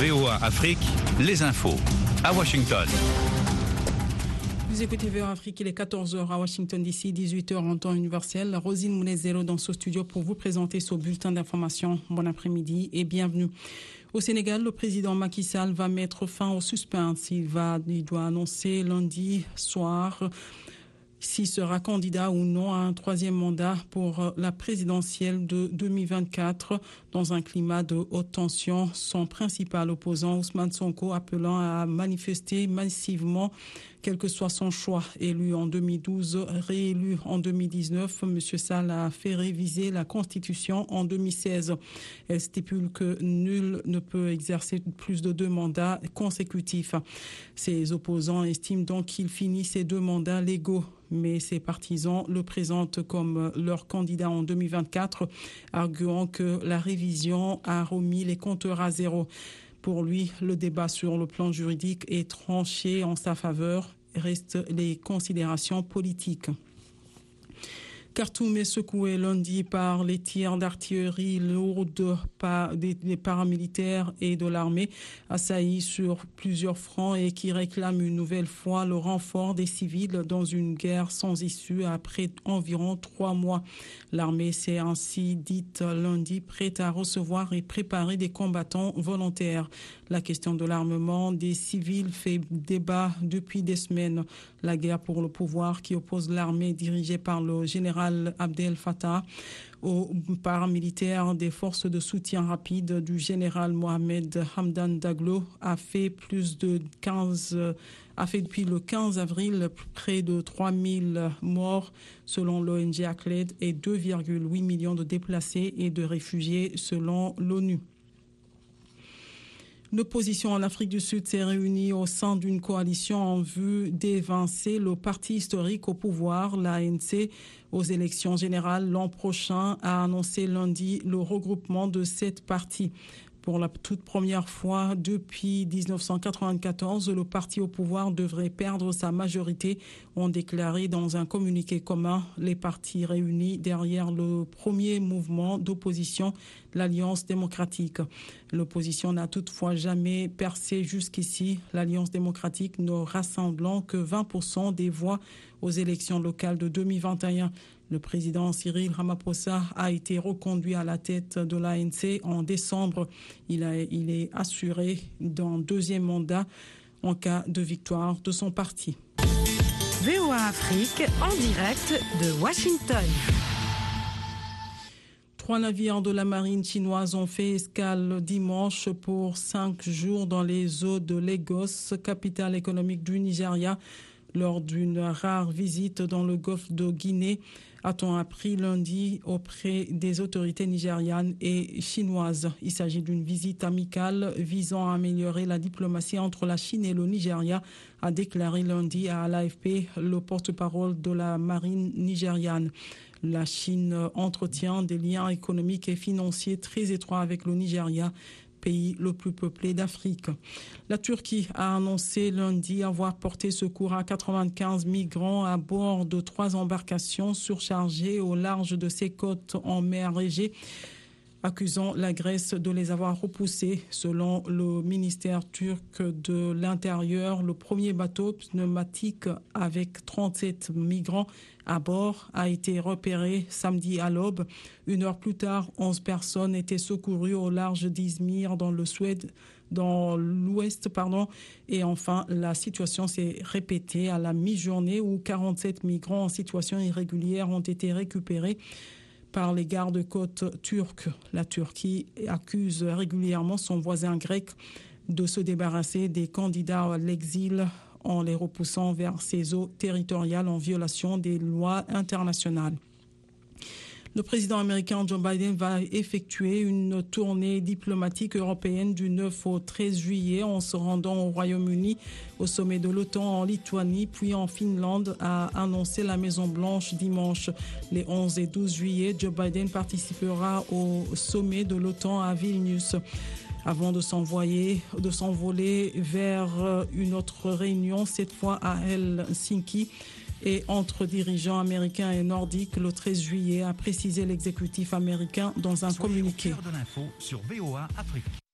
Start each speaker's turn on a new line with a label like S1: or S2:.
S1: VOA Afrique, les infos. À Washington.
S2: Vous écoutez VOA Afrique, il est 14h à Washington DC, 18h en temps universel. Rosine Mounezero dans ce studio pour vous présenter ce bulletin d'information. Bon après-midi et bienvenue. Au Sénégal, le président Macky Sall va mettre fin au suspense. Il doit annoncer lundi soir s'il sera candidat ou non à un troisième mandat pour la présidentielle de 2024 dans un climat de haute tension. Son principal opposant, Ousmane Sonko, appelant à manifester massivement, quel que soit son choix. Élu en 2012, réélu en 2019, M. Sall a fait réviser la Constitution en 2016. Elle stipule que nul ne peut exercer plus de 2 mandats consécutifs. Ses opposants estiment donc qu'il finit ces 2 mandats légaux. Mais ses partisans le présentent comme leur candidat en 2024, arguant que la révision a remis les compteurs à zéro. Pour lui, le débat sur le plan juridique est tranché en sa faveur. Restent les considérations politiques. Khartoum est secoué lundi par les tirs d'artillerie lourde des paramilitaires et de l'armée assaillis sur plusieurs fronts et qui réclament une nouvelle fois le renfort des civils dans une guerre sans issue après environ 3 mois. L'armée s'est ainsi dite lundi prête à recevoir et préparer des combattants volontaires. La question de l'armement des civils fait débat depuis des semaines. La guerre pour le pouvoir qui oppose l'armée dirigée par le général Abdel Fattah aux paramilitaires des forces de soutien rapide du général Mohamed Hamdan Daglo a fait depuis le 15 avril près de 3000 morts selon l'ONG ACLED et 2,8 millions de déplacés et de réfugiés selon l'ONU. L'opposition en Afrique du Sud s'est réunie au sein d'une coalition en vue d'évincer le parti historique au pouvoir, l'ANC, aux élections générales l'an prochain, a annoncé lundi le regroupement de 7 partis. Pour la toute première fois depuis 1994, le parti au pouvoir devrait perdre sa majorité, ont déclaré dans un communiqué commun les partis réunis derrière le premier mouvement d'opposition, l'Alliance démocratique. L'opposition n'a toutefois jamais percé jusqu'ici, l'Alliance démocratique ne rassemblant que 20% des voix aux élections locales de 2021. Le président Cyril Ramaphosa a été reconduit à la tête de l'ANC en décembre. Il est assuré d'un 2e mandat en cas de victoire de son parti.
S3: VOA Afrique en direct de Washington.
S2: 3 navires de la marine chinoise ont fait escale dimanche pour 5 jours dans les eaux de Lagos, capitale économique du Nigeria, lors d'une rare visite dans le golfe de Guinée, a-t-on appris lundi auprès des autorités nigérianes et chinoises. Il s'agit d'une visite amicale visant à améliorer la diplomatie entre la Chine et le Nigeria, a déclaré lundi à l'AFP le porte-parole de la marine nigériane. La Chine entretient des liens économiques et financiers très étroits avec le Nigeria, pays le plus peuplé d'Afrique. La Turquie a annoncé lundi avoir porté secours à 95 migrants à bord de 3 embarcations surchargées au large de ses côtes en mer Égée, accusant la Grèce de les avoir repoussés. Selon le ministère turc de l'Intérieur, le premier bateau pneumatique avec 37 migrants à bord a été repéré samedi à l'aube. 1 heure plus tard, 11 personnes étaient secourues au large d'Izmir dans l'ouest. Et enfin, la situation s'est répétée à la mi-journée où 47 migrants en situation irrégulière ont été récupérés par les gardes-côtes turcs. La Turquie accuse régulièrement son voisin grec de se débarrasser des candidats à l'exil en les repoussant vers ses eaux territoriales en violation des lois internationales. Le président américain Joe Biden va effectuer une tournée diplomatique européenne du 9 au 13 juillet en se rendant au Royaume-Uni, au sommet de l'OTAN en Lituanie, puis en Finlande, a annoncé la Maison-Blanche dimanche. Les 11 et 12 juillet, Joe Biden participera au sommet de l'OTAN à Vilnius, avant de s'envoler vers une autre réunion, cette fois à Helsinki. Et entre dirigeants américains et nordiques, le 13 juillet, a précisé l'exécutif américain dans un communiqué.
S1: De l'info sur VOA Afrique.